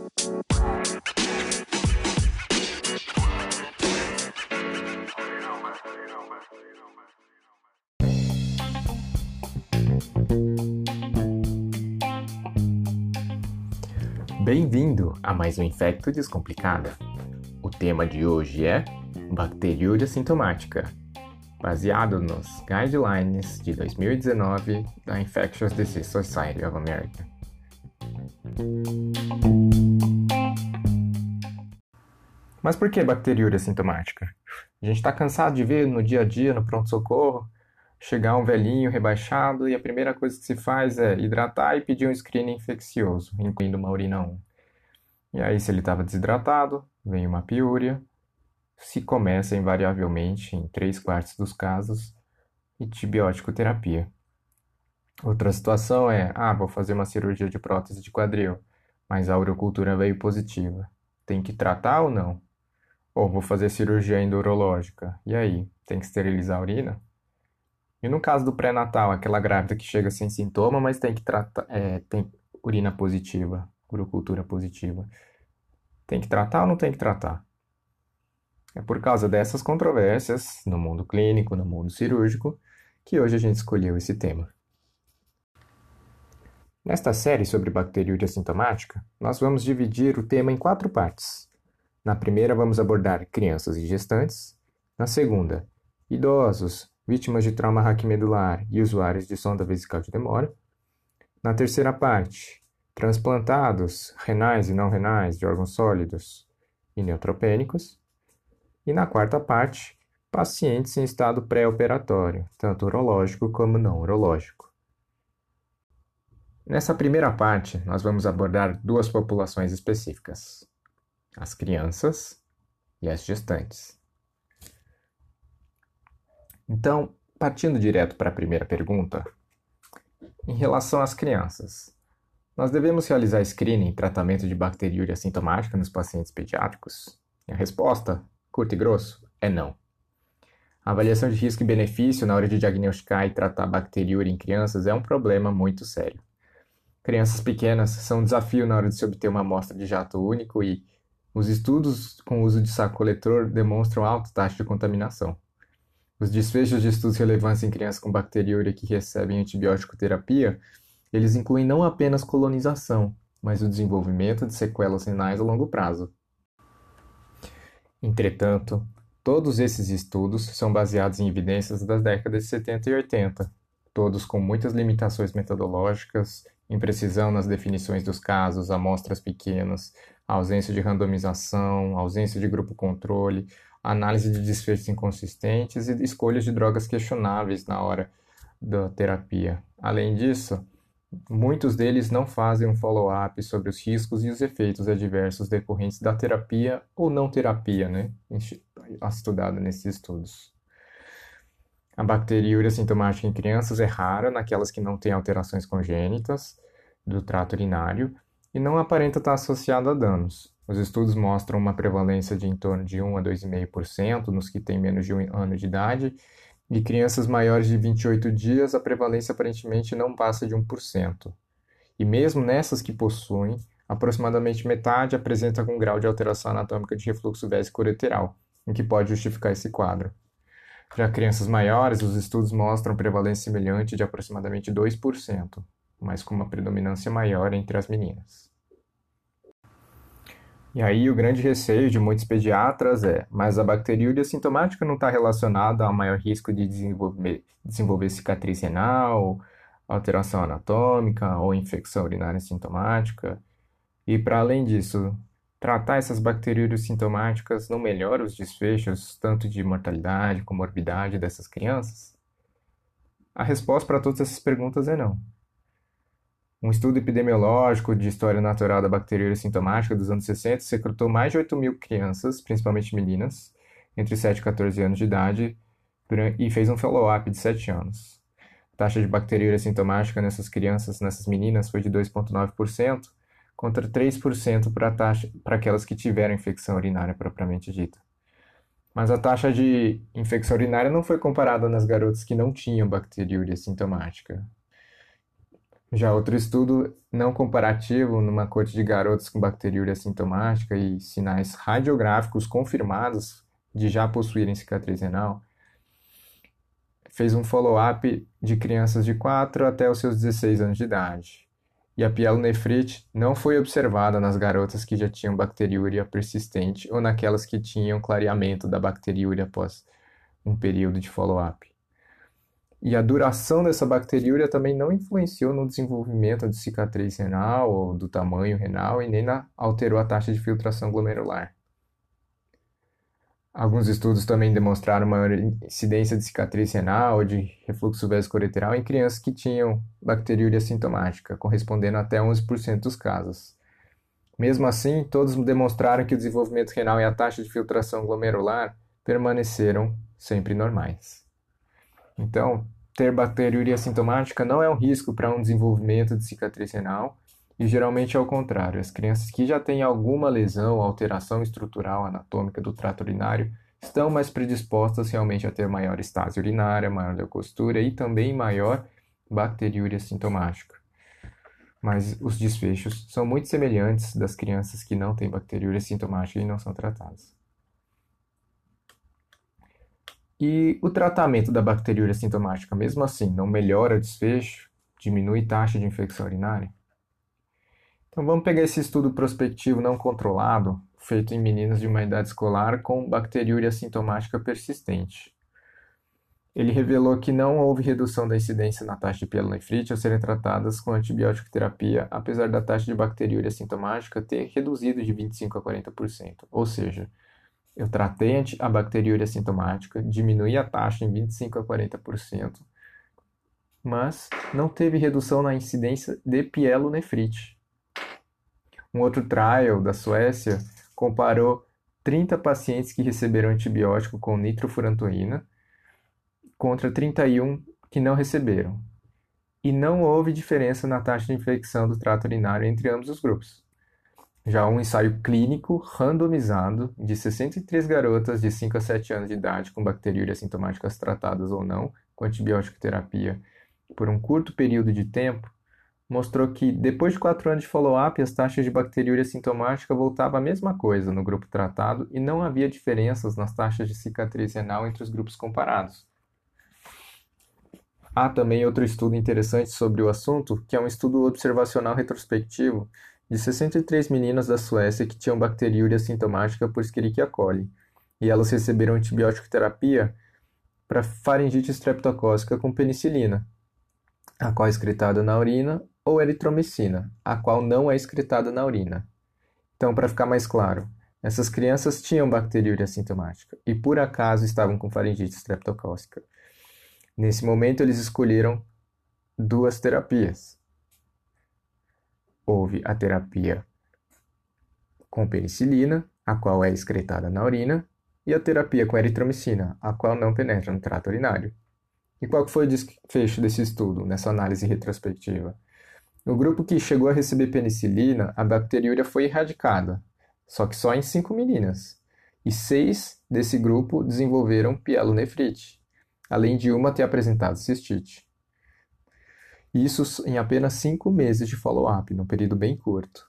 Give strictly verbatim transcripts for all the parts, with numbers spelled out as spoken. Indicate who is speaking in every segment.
Speaker 1: Bem-vindo a mais um Infecto Descomplicada. O tema de hoje é bacteriúria sintomática, baseado nos Guidelines de dois mil e dezenove da Infectious Disease Society of America. Mas por que bacteriúria sintomática? A gente está cansado de ver no dia a dia, no pronto-socorro, chegar um velhinho rebaixado e a primeira coisa que se faz é hidratar e pedir um screening infeccioso, incluindo uma urina um. E aí, se ele estava desidratado, vem uma piúria, se começa invariavelmente, em três quartos dos casos, antibiótico terapia. Outra situação é, ah, vou fazer uma cirurgia de prótese de quadril, mas a urocultura veio positiva. Tem que tratar ou não? Ou vou fazer cirurgia endurológica, e aí, tem que esterilizar a urina? E no caso do pré-natal, aquela grávida que chega sem sintoma, mas tem que tratar, é, tem urina positiva, urocultura positiva. Tem que tratar ou não tem que tratar? É por causa dessas controvérsias, no mundo clínico, no mundo cirúrgico, que hoje a gente escolheu esse tema. Nesta série sobre bacteriúria sintomática, nós vamos dividir o tema em quatro partes. Na primeira, vamos abordar crianças e gestantes. Na segunda, idosos, vítimas de trauma raquimedular e usuários de sonda vesical de demora. Na terceira parte, transplantados, renais e não renais, de órgãos sólidos e neutropênicos. E na quarta parte, pacientes em estado pré-operatório, tanto urológico como não urológico. Nessa primeira parte, nós vamos abordar duas populações específicas: as crianças e as gestantes. Então, partindo direto para a primeira pergunta, em relação às crianças, nós devemos realizar screening e tratamento de bacteriúria sintomática nos pacientes pediátricos? E a resposta, curto e grosso, é não. A avaliação de risco e benefício na hora de diagnosticar e tratar bacteriúria em crianças é um problema muito sério. Crianças pequenas são um desafio na hora de se obter uma amostra de jato único e os estudos com o uso de saco coletor demonstram alta taxa de contaminação. Os desfechos de estudos relevantes em crianças com bacteriúria que recebem antibiótico terapia, eles incluem não apenas colonização, mas o desenvolvimento de sequelas renais a longo prazo. Entretanto, todos esses estudos são baseados em evidências das décadas de setenta e oitenta, todos com muitas limitações metodológicas, imprecisão nas definições dos casos, amostras pequenas, ausência de randomização, ausência de grupo controle, análise de desfechos inconsistentes e escolhas de drogas questionáveis na hora da terapia. Além disso, muitos deles não fazem um follow-up sobre os riscos e os efeitos adversos decorrentes da terapia ou não terapia, né, estudada nesses estudos. A bacteriúria sintomática em crianças é rara naquelas que não têm alterações congênitas do trato urinário e não aparenta estar associada a danos. Os estudos mostram uma prevalência de em torno de um a dois vírgula cinco por cento nos que têm menos de um ano de idade, e crianças maiores de vinte e oito dias, a prevalência aparentemente não passa de um por cento. E mesmo nessas que possuem, aproximadamente metade apresenta algum grau de alteração anatômica de refluxo vésico-ureteral, o que pode justificar esse quadro. Já crianças maiores, os estudos mostram prevalência semelhante de aproximadamente dois por cento, mas com uma predominância maior entre as meninas. E aí o grande receio de muitos pediatras é, mas a bacteriúria sintomática não está relacionada ao maior risco de desenvolver, desenvolver cicatriz renal, alteração anatômica ou infecção urinária sintomática? E para além disso, tratar essas bacteriúrias sintomáticas não melhora os desfechos tanto de mortalidade como morbidade dessas crianças? A resposta para todas essas perguntas é não. Um estudo epidemiológico de história natural da bacteriúria sintomática dos anos sessenta recrutou mais de oito mil crianças, principalmente meninas, entre sete e quatorze anos de idade, e fez um follow-up de sete anos. A taxa de bacteriúria sintomática nessas crianças, nessas meninas, foi de dois vírgula nove por cento, contra três por cento para taxa, para aquelas que tiveram infecção urinária propriamente dita. Mas a taxa de infecção urinária não foi comparada nas garotas que não tinham bacteriúria sintomática. Já outro estudo não comparativo, numa corte de garotas com bacteriúria assintomática e sinais radiográficos confirmados de já possuírem cicatriz renal, fez um follow-up de crianças de quatro até os seus dezesseis anos de idade. E a pielonefrite não foi observada nas garotas que já tinham bacteriúria persistente ou naquelas que tinham clareamento da bacteriúria após um período de follow-up. E a duração dessa bacteriúria também não influenciou no desenvolvimento de cicatriz renal ou do tamanho renal e nem na, alterou a taxa de filtração glomerular. Alguns estudos também demonstraram maior incidência de cicatriz renal ou de refluxo vesicoureteral em crianças que tinham bacteriúria sintomática, correspondendo a até onze por cento dos casos. Mesmo assim, todos demonstraram que o desenvolvimento renal e a taxa de filtração glomerular permaneceram sempre normais. Então, ter bacteriúria sintomática não é um risco para um desenvolvimento de cicatriz renal, e geralmente é o contrário. As crianças que já têm alguma lesão ou alteração estrutural anatômica do trato urinário estão mais predispostas realmente a ter maior estase urinária, maior leucostura e também maior bacteriúria sintomática. Mas os desfechos são muito semelhantes das crianças que não têm bacteriúria sintomática e não são tratadas. E o tratamento da bacteriúria sintomática, mesmo assim, não melhora o desfecho, diminui taxa de infecção urinária? Então vamos pegar esse estudo prospectivo não controlado, feito em meninas de uma idade escolar com bacteriúria sintomática persistente. Ele revelou que não houve redução da incidência na taxa de pielonefrite ao serem tratadas com antibiótico terapia, apesar da taxa de bacteriúria sintomática ter reduzido de vinte e cinco por cento a quarenta por cento. Ou seja, eu tratei a bacteriúria sintomática, diminui a taxa em vinte e cinco a quarenta por cento, mas não teve redução na incidência de pielonefrite. Um outro trial da Suécia comparou trinta pacientes que receberam antibiótico com nitrofurantoína contra trinta e um que não receberam. E não houve diferença na taxa de infecção do trato urinário entre ambos os grupos. Já um ensaio clínico randomizado de sessenta e três garotas de cinco a sete anos de idade com bacteriúrias sintomáticas tratadas ou não com antibiótico terapia por um curto período de tempo mostrou que, depois de quatro anos de follow-up, as taxas de bacteriúria sintomática voltavam à mesma coisa no grupo tratado e não havia diferenças nas taxas de cicatriz renal entre os grupos comparados. Há também outro estudo interessante sobre o assunto, que é um estudo observacional retrospectivo de sessenta e três meninas da Suécia que tinham bacteriúria sintomática por Escherichia coli, e elas receberam antibiótico terapia para faringite streptocócica com penicilina, a qual é excretada na urina, ou eritromicina, a qual não é excretada na urina. Então, para ficar mais claro, essas crianças tinham bacteriúria sintomática e por acaso estavam com faringite streptocócica. Nesse momento, eles escolheram duas terapias. Houve a terapia com penicilina, a qual é excretada na urina, e a terapia com eritromicina, a qual não penetra no trato urinário. E qual foi o desfecho desse estudo, nessa análise retrospectiva? No grupo que chegou a receber penicilina, a bacteriúria foi erradicada, só que só em cinco meninas. E seis desse grupo desenvolveram pielonefrite, além de uma ter apresentado cistite. Isso em apenas cinco meses de follow-up, num período bem curto.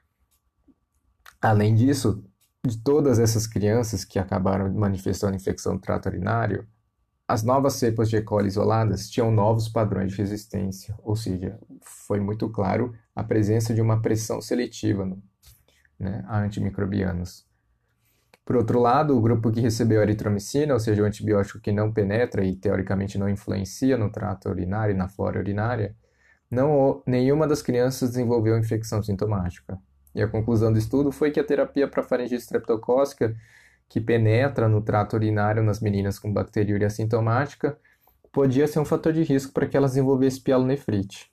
Speaker 1: Além disso, de todas essas crianças que acabaram manifestando infecção do trato urinário, as novas cepas de E. coli isoladas tinham novos padrões de resistência, ou seja, foi muito claro a presença de uma pressão seletiva, né, a antimicrobianos. Por outro lado, o grupo que recebeu a eritromicina, ou seja, o antibiótico que não penetra e teoricamente não influencia no trato urinário e na flora urinária, não, nenhuma das crianças desenvolveu infecção sintomática. E a conclusão do estudo foi que a terapia para faringite streptocócica, que penetra no trato urinário nas meninas com bacteriúria assintomática, podia ser um fator de risco para que elas desenvolvessem pielonefrite.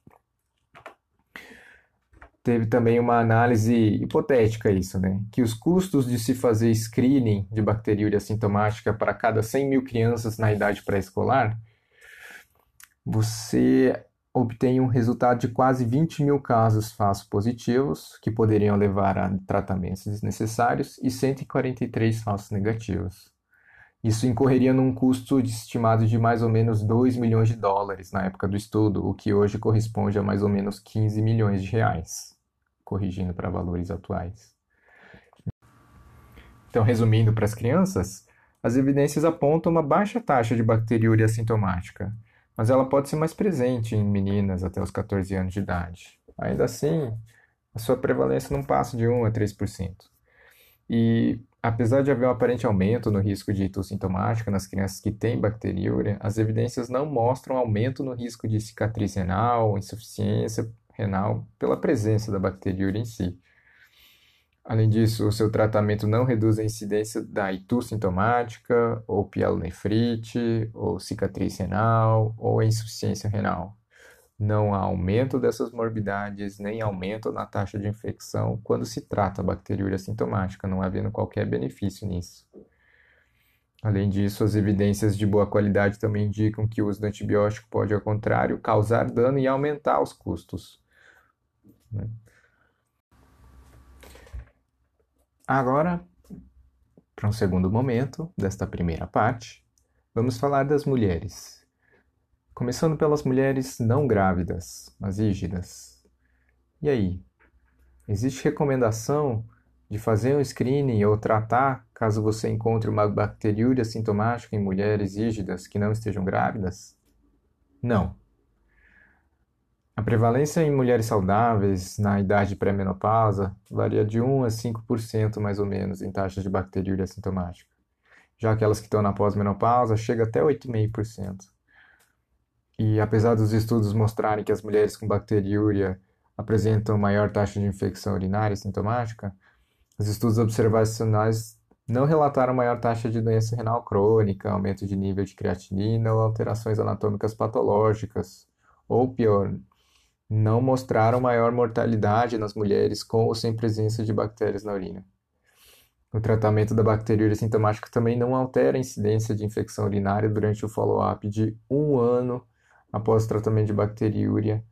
Speaker 1: Teve também uma análise hipotética isso, né? Que os custos de se fazer screening de bacteriúria assintomática para cada cem mil crianças na idade pré-escolar, você obtém um resultado de quase vinte mil casos falsos positivos, que poderiam levar a tratamentos desnecessários, e cento e quarenta e três falsos negativos. Isso incorreria num custo de- estimado de mais ou menos dois milhões de dólares na época do estudo, o que hoje corresponde a mais ou menos quinze milhões de reais, corrigindo para valores atuais. Então, resumindo para as crianças, as evidências apontam uma baixa taxa de bacteriúria assintomática, mas ela pode ser mais presente em meninas até os catorze anos de idade. Ainda assim, a sua prevalência não passa de um a três por cento. E, apesar de haver um aparente aumento no risco de ictus sintomática nas crianças que têm bacteriúria, as evidências não mostram aumento no risco de cicatriz renal, insuficiência renal, pela presença da bacteriúria em si. Além disso, o seu tratamento não reduz a incidência da ictus sintomática, ou pielonefrite, ou cicatriz renal, ou insuficiência renal. Não há aumento dessas morbidades, nem aumento na taxa de infecção quando se trata a bacteriúria sintomática, não havendo qualquer benefício nisso. Além disso, as evidências de boa qualidade também indicam que o uso do antibiótico pode, ao contrário, causar dano e aumentar os custos. Agora, para um segundo momento desta primeira parte, vamos falar das mulheres. Começando pelas mulheres não grávidas, mas rígidas. E aí? Existe recomendação de fazer um screening ou tratar caso você encontre uma bacteriúria sintomática em mulheres rígidas que não estejam grávidas? Não. A prevalência em mulheres saudáveis na idade pré-menopausa varia de um a cinco por cento mais ou menos em taxas de bacteriúria sintomática. Já aquelas que estão na pós-menopausa chega até oito vírgula cinco por cento. E apesar dos estudos mostrarem que as mulheres com bacteriúria apresentam maior taxa de infecção urinária sintomática, os estudos observacionais não relataram maior taxa de doença renal crônica, aumento de nível de creatinina ou alterações anatômicas patológicas, ou pior, não mostraram maior mortalidade nas mulheres com ou sem presença de bactérias na urina. O tratamento da bacteriúria sintomática também não altera a incidência de infecção urinária durante o follow-up de um ano após o tratamento de bacteriúria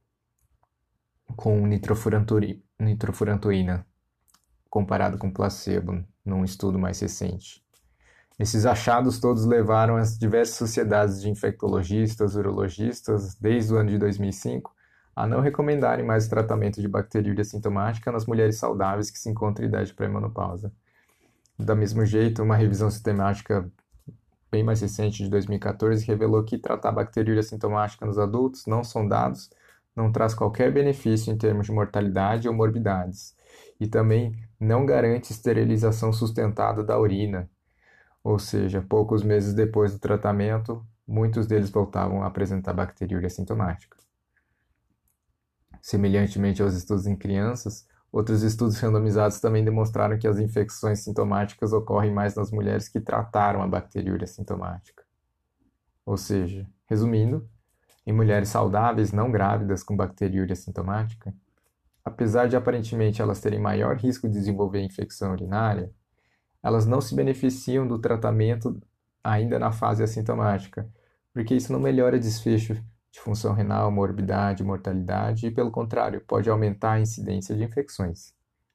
Speaker 1: com nitrofurantoína, comparado com placebo, num estudo mais recente. Esses achados todos levaram as diversas sociedades de infectologistas, urologistas, desde o ano de dois mil e cinco, a não recomendarem mais o tratamento de bacteriúria sintomática nas mulheres saudáveis que se encontram em idade pré-menopausa. Da mesmo jeito, uma revisão sistemática bem mais recente, de dois mil e quatorze, revelou que tratar bacteriúria sintomática nos adultos não sondados não traz qualquer benefício em termos de mortalidade ou morbidades, e também não garante esterilização sustentada da urina, ou seja, poucos meses depois do tratamento, muitos deles voltavam a apresentar bacteriúria sintomática. Semelhantemente aos estudos em crianças, outros estudos randomizados também demonstraram que as infecções sintomáticas ocorrem mais nas mulheres que trataram a bacteriúria sintomática. Ou seja, resumindo, em mulheres saudáveis não grávidas com bacteriúria sintomática, apesar de aparentemente elas terem maior risco de desenvolver infecção urinária, elas não se beneficiam do tratamento ainda na fase assintomática, porque isso não melhora desfecho de função renal, morbidade, mortalidade e, pelo contrário, pode aumentar a incidência de infecções.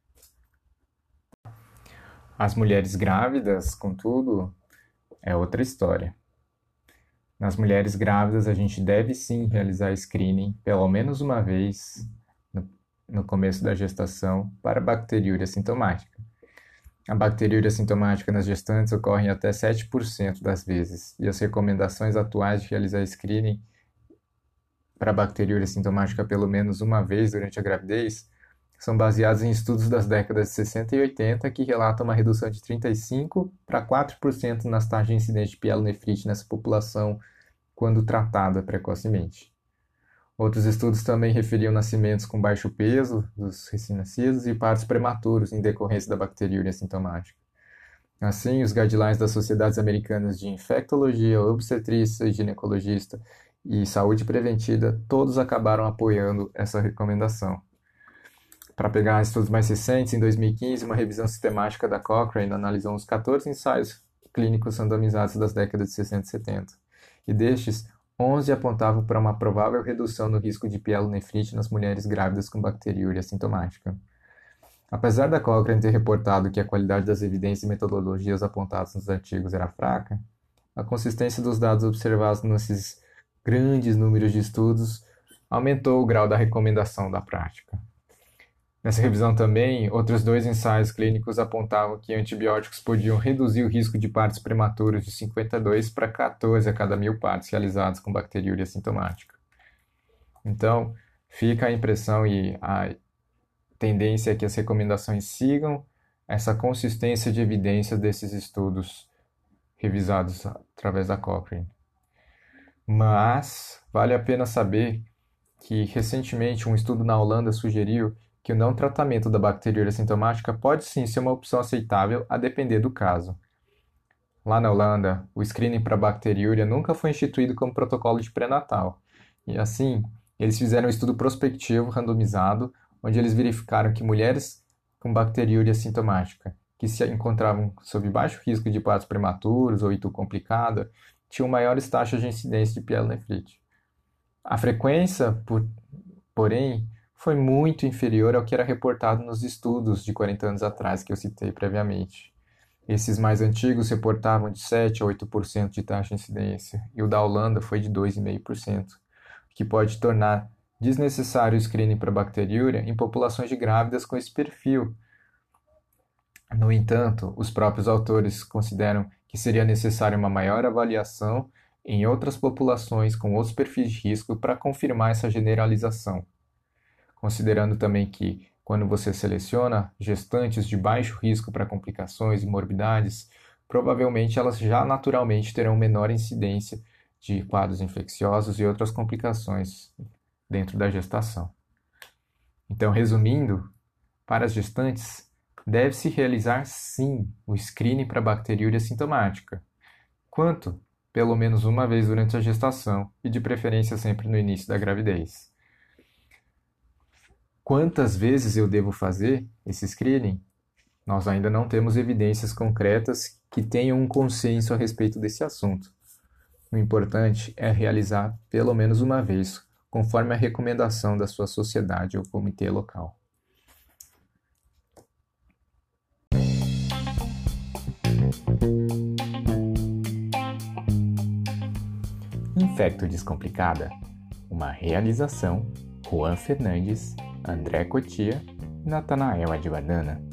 Speaker 1: As mulheres grávidas, contudo, é outra história. Nas mulheres grávidas, a gente deve sim realizar screening pelo menos uma vez no, no começo da gestação para bacteriúria sintomática. A bacteriúria sintomática nas gestantes ocorre em até sete por cento das vezes, e as recomendações atuais de realizar screening para bacteriúria sintomática pelo menos uma vez durante a gravidez são baseadas em estudos das décadas de sessenta e oitenta que relatam uma redução de trinta e cinco por cento para quatro por cento nas taxas de incidência de pielonefrite nessa população quando tratada precocemente. Outros estudos também referiam nascimentos com baixo peso dos recém-nascidos e partos prematuros em decorrência da bacteriúria sintomática. Assim, os guidelines das sociedades americanas de infectologia, obstetrícia e ginecologista e saúde preventiva, todos acabaram apoiando essa recomendação. Para pegar estudos mais recentes, em dois mil e quinze, uma revisão sistemática da Cochrane analisou uns quatorze ensaios clínicos randomizados das décadas de sessenta e setenta, e destes, onze apontavam para uma provável redução no risco de pielonefrite nas mulheres grávidas com bacteriúria sintomática. Apesar da Cochrane ter reportado que a qualidade das evidências e metodologias apontadas nos artigos era fraca, a consistência dos dados observados nesses grandes números de estudos aumentou o grau da recomendação da prática. Nessa revisão também, outros dois ensaios clínicos apontavam que antibióticos podiam reduzir o risco de partos prematuros de cinquenta e dois para quatorze a cada mil partos realizados com bacteriúria sintomática. Então, fica a impressão e a tendência é que as recomendações sigam essa consistência de evidências desses estudos revisados através da Cochrane. Mas vale a pena saber que recentemente um estudo na Holanda sugeriu que o não tratamento da bacteriúria sintomática pode sim ser uma opção aceitável a depender do caso. Lá na Holanda, o screening para bacteriúria nunca foi instituído como protocolo de pré-natal. E assim, eles fizeram um estudo prospectivo randomizado, onde eles verificaram que mulheres com bacteriúria sintomática, que se encontravam sob baixo risco de partos prematuros ou I T U complicada, tinham maiores taxas de incidência de pielonefrite. A frequência, por, porém, foi muito inferior ao que era reportado nos estudos de quarenta anos atrás que eu citei previamente. Esses mais antigos reportavam de sete a oito por cento de taxa de incidência, e o da Holanda foi de dois vírgula cinco por cento, o que pode tornar desnecessário o screening para bacteriúria em populações de grávidas com esse perfil. No entanto, os próprios autores consideram que seria necessária uma maior avaliação em outras populações com outros perfis de risco para confirmar essa generalização. Considerando também que, quando você seleciona gestantes de baixo risco para complicações e morbidades, provavelmente elas já naturalmente terão menor incidência de quadros infecciosos e outras complicações dentro da gestação. Então, resumindo, para as gestantes, deve-se realizar sim o screening para bacteriúria sintomática. Quanto? Pelo menos uma vez durante a gestação e de preferência sempre no início da gravidez. Quantas vezes eu devo fazer esse screening? Nós ainda não temos evidências concretas que tenham um consenso a respeito desse assunto. O importante é realizar pelo menos uma vez, conforme a recomendação da sua sociedade ou comitê local. Infecto Descomplicada, uma realização Juan Fernandes, André Cotia e Natanael Adivardana.